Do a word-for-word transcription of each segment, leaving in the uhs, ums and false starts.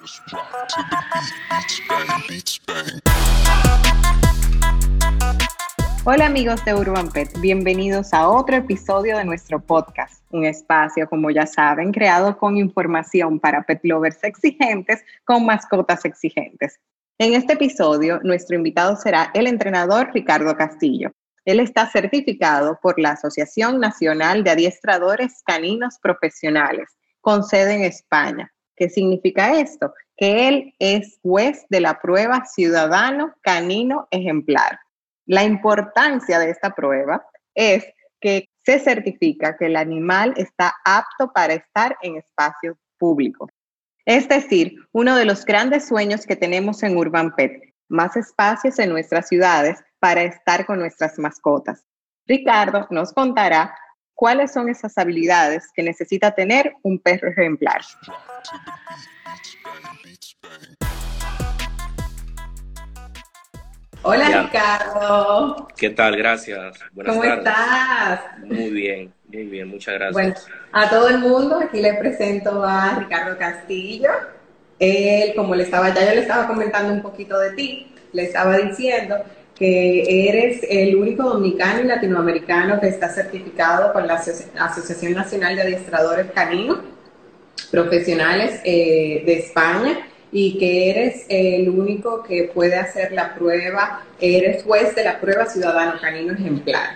Just rock to the beat, beats bang, beats bang. Hola amigos de Urban Pet, bienvenidos a otro episodio de nuestro podcast, un espacio, como ya saben, creado con información para pet lovers exigentes con mascotas exigentes. En este episodio, nuestro invitado será el entrenador Ricardo Castillo. Él está certificado por la Asociación Nacional de Adiestradores Caninos Profesionales, con sede en España. ¿Qué significa esto? Que él es juez de la prueba Ciudadano Canino Ejemplar. La importancia de esta prueba es que se certifica que el animal está apto para estar en espacios públicos. Es decir, uno de los grandes sueños que tenemos en Urban Pet, más espacios en nuestras ciudades para estar con nuestras mascotas. Ricardo nos contará cuáles son esas habilidades que necesita tener un perro ejemplar. Hola Ya. Ricardo. ¿Qué tal? Gracias. Buenas ¿Cómo tardes. estás? Muy bien, muy bien, muchas gracias. Bueno, a todo el mundo aquí le presento a Ricardo Castillo. Él, como le estaba, ya yo le estaba comentando un poquito de ti, le estaba diciendo que eres el único dominicano y latinoamericano que está certificado con la Aso- Asociación Nacional de Adiestradores Caninos Profesionales eh, de España, y que eres el único que puede hacer la prueba, eres juez de la prueba Ciudadano Canino Ejemplar.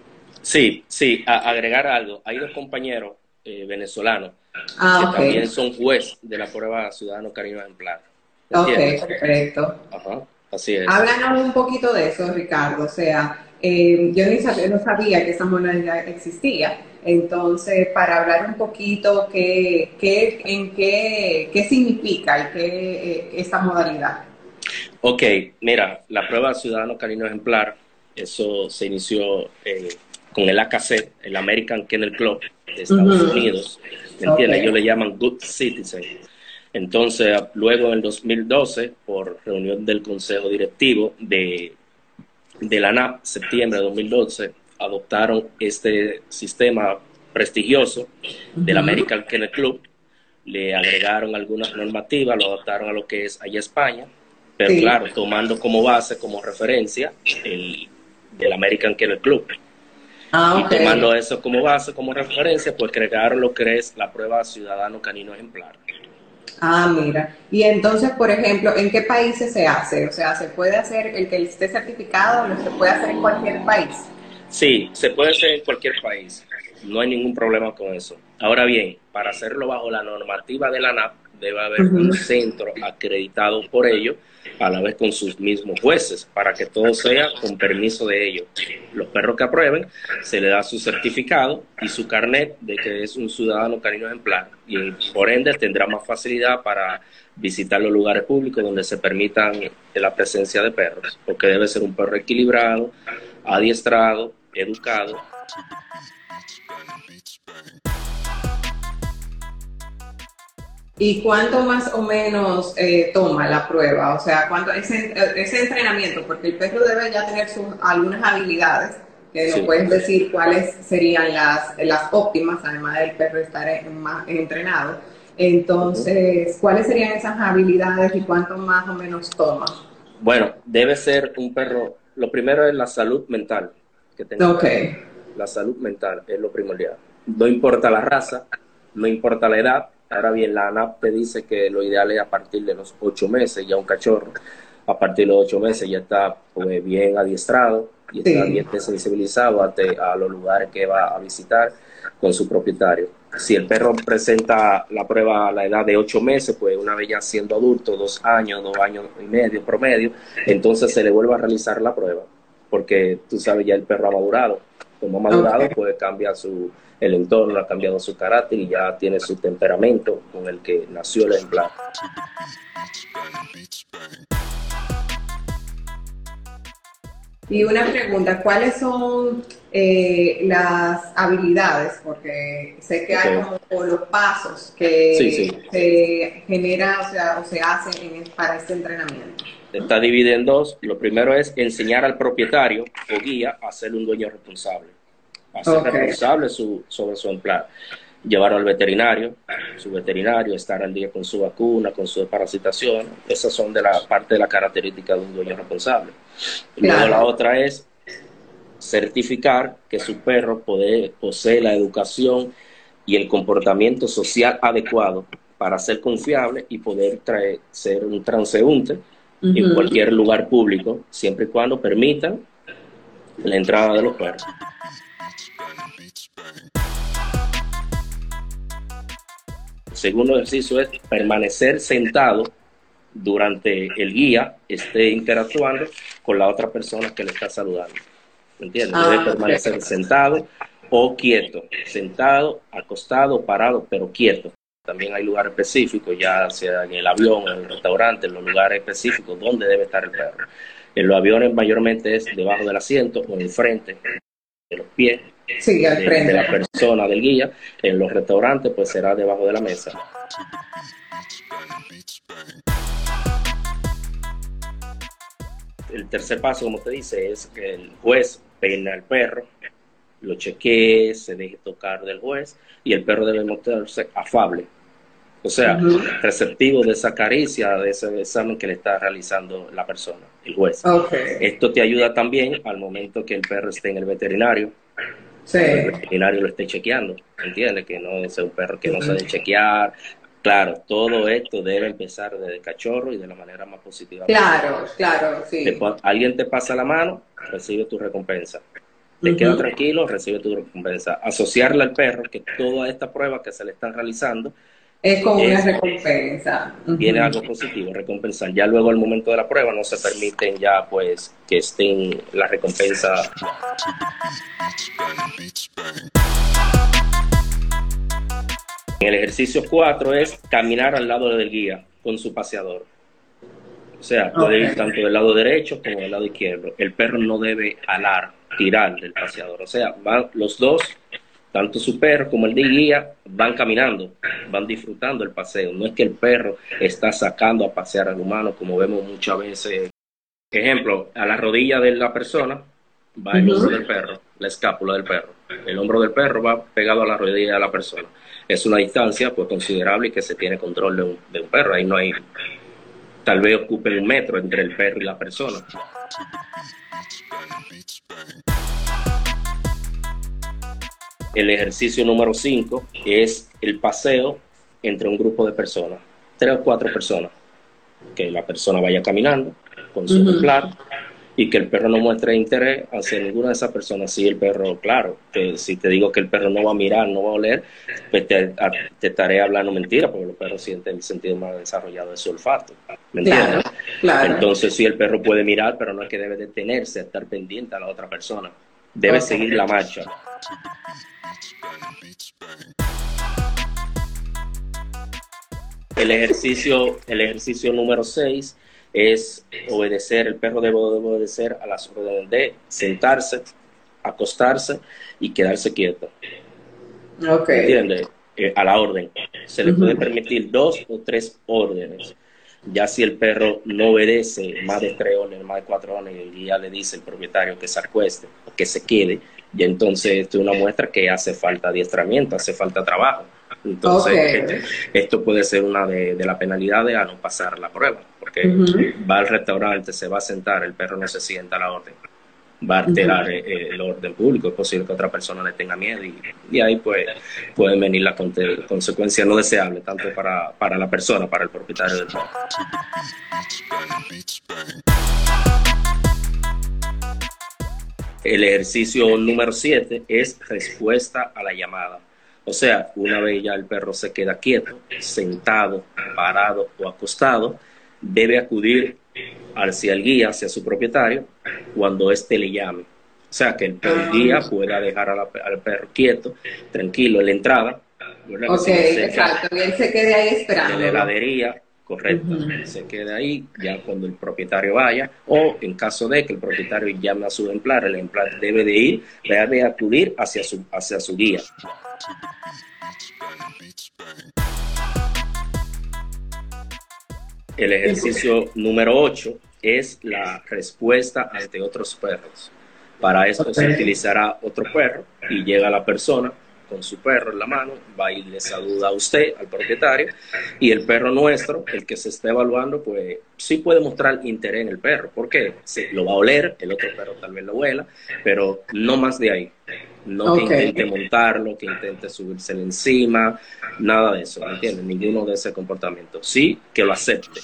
Sí, sí, a- agregar algo. Hay dos compañeros eh, venezolanos Ah, que ok. también son juez de la prueba Ciudadano Canino Ejemplar. Ok, ¿Entiendes? perfecto. Ajá, así es. Háblanos un poquito de eso, Ricardo. O sea, eh, yo ni sabía, no sabía que esa modalidad existía. Entonces, para hablar un poquito qué, qué, en qué, qué significa y qué eh, esta modalidad. Ok, mira, la prueba Ciudadano Canino Ejemplar, eso se inició eh, con el A K C, el American Kennel Club de Estados Ujú. Unidos, ¿me entiendes? Ok. Ellos le llaman Good Citizen. Entonces, luego en el dos mil doce, por reunión del Consejo Directivo de, de la A N A P, septiembre de dos mil doce, adoptaron este sistema prestigioso del Ujú. American Kennel Club, le agregaron algunas normativas, lo adaptaron a lo que es allá España, pero Sí. claro, tomando como base, como referencia, el del American Kennel Club. Ah, Y ok. tomando eso como base, como referencia, pues crearon lo que es la prueba Ciudadano Canino Ejemplar. Ah, mira. Y entonces, por ejemplo, ¿en qué países se hace? O sea, ¿se puede hacer el que esté certificado o no se puede hacer en cualquier país? Sí, se puede hacer en cualquier país, no hay ningún problema con eso. Ahora bien, para hacerlo bajo la normativa de la A N A P, debe haber Ujú. un centro acreditado por ellos, a la vez con sus mismos jueces, para que todo sea con permiso de ellos. Los perros que aprueben, se le da su certificado y su carnet de que es un ciudadano canino ejemplar, y por ende tendrá más facilidad para visitar los lugares públicos donde se permitan la presencia de perros, porque debe ser un perro equilibrado, adiestrado, educado. To the beat, beats bang, beats bang. ¿Y cuánto más o menos eh, toma la prueba? O sea, ¿cuánto ese, ese entrenamiento? Porque el perro debe ya tener sus, algunas habilidades, que nos Sí. puedes decir cuáles serían las, las óptimas, además del perro estar en- más entrenado. Entonces, ¿cuáles serían esas habilidades y cuánto más o menos toma? Bueno, debe ser un perro, lo primero es la salud mental que tenga el Ok. perro. La salud mental es lo primordial. No importa la raza, no importa la edad. Ahora bien, la A N A P te dice que lo ideal es a partir de los ocho meses, ya un cachorro, a partir de los ocho meses ya está pues, bien adiestrado y está Sí. bien desensibilizado a, te- a los lugares que va a visitar con su propietario. Si el perro presenta la prueba a la edad de ocho meses, pues una vez ya siendo adulto, dos años, dos años y medio promedio, entonces se le vuelve a realizar la prueba, porque tú sabes, ya el perro ha madurado. Como ha madurado, Ok. pues cambia su, el entorno, ha cambiado su carácter y ya tiene su temperamento con el que nació el ejemplar. To the beat, beats bang, beats bang. Y una pregunta, ¿cuáles son eh, las habilidades? Porque sé que hay Ok. como como los pasos que Sí, sí. se genera, o sea, o se hacen en- para este entrenamiento. Está dividido en dos. Lo primero es enseñar al propietario o guía a ser un dueño responsable, a ser Ok. responsable su, sobre su ejemplar. llevarlo al veterinario, su veterinario, estar al día con su vacuna, con su desparasitación. Esas son de la parte de la característica de un dueño responsable. Claro. Luego la otra es certificar que su perro posee, posee la educación y el comportamiento social adecuado para ser confiable y poder traer, ser un transeúnte uh-huh. en cualquier lugar público, siempre y cuando permitan la entrada de los perros. El segundo ejercicio es permanecer sentado durante el guía esté interactuando con la otra persona que le está saludando. ¿Me entiendes? Ah, debe permanecer okay. sentado o quieto, sentado, acostado, parado, pero quieto. También hay lugares específicos, ya sea en el avión, en el restaurante, en los lugares específicos donde debe estar el perro. En los aviones mayormente es debajo del asiento o enfrente de los pies sí, de, de la persona, del guía. En los restaurantes pues será debajo de la mesa. El tercer paso, como te dice, es que el juez peina al perro, lo chequee, se deje tocar del juez y el perro debe mostrarse afable. O sea, uh-huh. receptivo de esa caricia, de ese examen que le está realizando la persona, el juez. Okay. Esto te ayuda también al momento que el perro esté en el veterinario. Sí. El veterinario lo esté chequeando, ¿entiendes? Que no sea un perro que uh-huh. no se debe chequear. Claro, todo esto debe empezar desde cachorro y de la manera más positiva. Claro, posible. claro, sí. Después, alguien te pasa la mano, recibe tu recompensa. Te uh-huh. queda tranquilo, recibe tu recompensa. Asociarle al perro que toda esta prueba que se le están realizando es como es, una recompensa. Uh-huh. Tiene algo positivo, recompensar. Ya luego al momento de la prueba no se permiten ya pues que estén la recompensa. El ejercicio cuatro es caminar al lado del guía con su paseador. O sea, puede okay. ir tanto del lado derecho como del lado izquierdo. El perro no debe jalar, tirar del paseador. O sea, van los dos, tanto su perro como el de guía, van caminando, van disfrutando el paseo. No es que el perro está sacando a pasear al humano, como vemos muchas veces. Ejemplo, a la rodilla de la persona va el uh-huh. hombro del perro, la escápula del perro. El hombro del perro va pegado a la rodilla de la persona. Es una distancia pues considerable y que se tiene control de un, de un perro. Ahí no hay, tal vez ocupe un metro entre el perro y la persona. El ejercicio número cinco es el paseo entre un grupo de personas, tres o cuatro personas, que la persona vaya caminando con su ejemplar uh-huh. y que el perro no muestre interés hacia ninguna de esas personas. Si el perro, claro, que si te digo que el perro no va a mirar, no va a oler, pues te, a, te estaré hablando mentira, porque los perros sienten el sentido más desarrollado de su olfato. ¿Me entiendes? Claro, claro. Entonces, sí, el perro puede mirar, pero no es que debe detenerse a estar pendiente a la otra persona. Debe okay. seguir la marcha. El ejercicio, el ejercicio número seis es obedecer. El perro debe obedecer a las órdenes de sentarse, acostarse y quedarse quieto. Okay. ¿Entiendes? Eh, a la orden. Se le uh-huh. puede permitir dos o tres órdenes. Ya si el perro no obedece más de tres órdenes, más de cuatro órdenes, y el guía le dice al propietario que se acueste o que se quede, y entonces esto es una muestra que hace falta adiestramiento, hace falta trabajo. Entonces, okay. este, esto puede ser una de, de las penalidades a no pasar la prueba, porque uh-huh. va al restaurante, se va a sentar, el perro no se sienta a la orden, va a alterar uh-huh. el, el orden público, es posible que otra persona le tenga miedo y, y ahí pues pueden venir las consecuencias no deseables, tanto para, para la persona, para el propietario del perro. El ejercicio número siete es respuesta a la llamada. O sea, una vez ya el perro se queda quieto, sentado, parado o acostado, debe acudir hacia el guía, hacia su propietario, cuando éste le llame. O sea, que el, el guía pueda dejar a la, al perro quieto, tranquilo en la entrada. ¿Verdad? Ok, exacto, y él se quede ahí esperando. En la heladería, correcto. Uh-huh. Se quede ahí ya cuando el propietario vaya, o en caso de que el propietario llame a su ejemplar, el ejemplar debe de ir, debe acudir hacia su, hacia su guía. El ejercicio número ocho es la respuesta ante otros perros. Para esto okay. se utilizará otro perro y llega la persona con su perro en la mano, va y le saluda a usted, al propietario, y el perro nuestro, el que se esté evaluando, pues sí puede mostrar interés en el perro, porque sí, lo va a oler, el otro perro tal vez lo huela, pero no más de ahí. No okay. Que intente montarlo, que intente subírsele encima, nada de eso, ¿me entiendes? Ninguno de ese comportamiento. Sí, que lo acepte.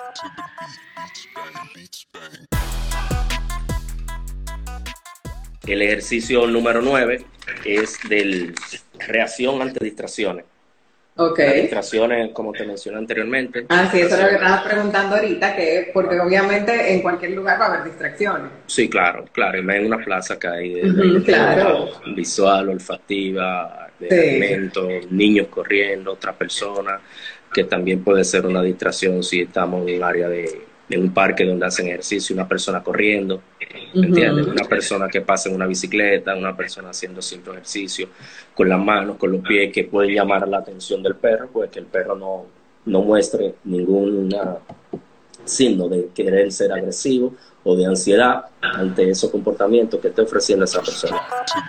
El ejercicio número nueve es de reacción ante distracciones. Okay. Las distracciones, como te mencioné anteriormente. Ah, sí, eso es lo que estabas preguntando ahorita, que porque obviamente en cualquier lugar va a haber distracciones. Sí, claro, claro, y más en una plaza que hay de, uh-huh, de, claro. de visual, olfativa, de sí. alimentos, niños corriendo, otra persona, que también puede ser una distracción si estamos en un área de, de un parque donde hacen ejercicio, una persona corriendo, ¿me entiendes? Uh-huh. Una persona que pasa en una bicicleta, una persona haciendo cierto ejercicio con las manos, con los pies, que puede llamar la atención del perro, pues que el perro no, no muestre ningún signo de querer ser agresivo o de ansiedad ante esos comportamientos que esté ofreciendo esa persona.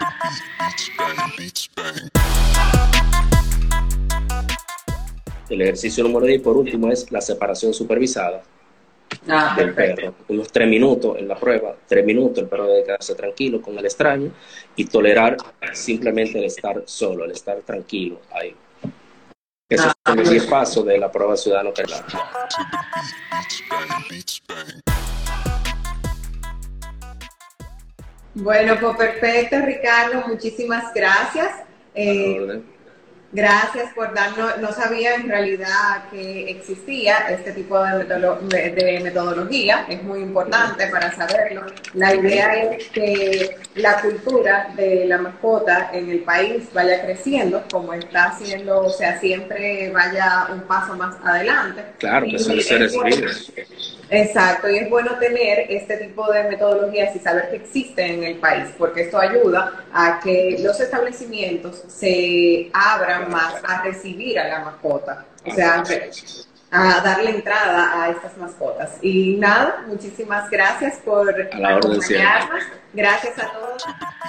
El ejercicio número diez, por último, es la separación supervisada. Ah, del perro, unos tres minutos en la prueba, tres minutos el perro debe quedarse tranquilo con el extraño y tolerar simplemente el estar solo, el estar tranquilo ahí. Esos ah, son los diez pasos de la prueba ciudadano canina. Bueno, pues perfecto, Ricardo, muchísimas gracias. Eh, Gracias por darnos, no sabía en realidad que existía este tipo de, metodolo de metodología, es muy importante para saberlo. La idea es que la cultura de la mascota en el país vaya creciendo, como está haciendo, o sea, siempre vaya un paso más adelante. Claro, que son seres vivos. Exacto, y es bueno tener este tipo de metodologías y saber que existen en el país, porque esto ayuda a que los establecimientos se abran más a recibir a la mascota, o sea, a darle entrada a estas mascotas. Y nada, muchísimas gracias por acompañarnos. Gracias a todos.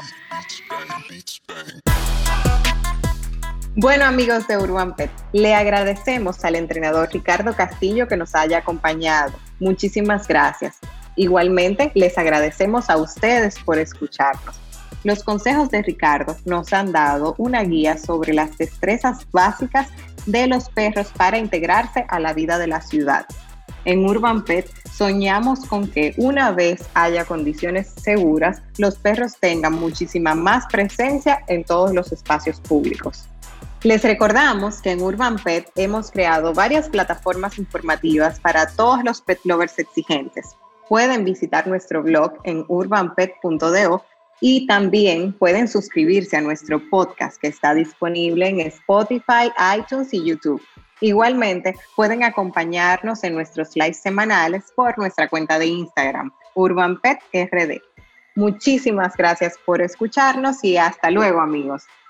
Bueno, amigos de Urban Pet, le agradecemos al entrenador Ricardo Castillo que nos haya acompañado. Muchísimas gracias. Igualmente, les agradecemos a ustedes por escucharnos. Los consejos de Ricardo nos han dado una guía sobre las destrezas básicas de los perros para integrarse a la vida de la ciudad. En Urban Pet soñamos con que una vez haya condiciones seguras, los perros tengan muchísima más presencia en todos los espacios públicos. Les recordamos que en Urban Pet hemos creado varias plataformas informativas para todos los pet lovers exigentes. Pueden visitar nuestro blog en urban pet punto do y también pueden suscribirse a nuestro podcast que está disponible en Spotify, iTunes y YouTube. Igualmente, pueden acompañarnos en nuestros lives semanales por nuestra cuenta de Instagram, Urban Pet R D. Muchísimas gracias por escucharnos y hasta luego, amigos.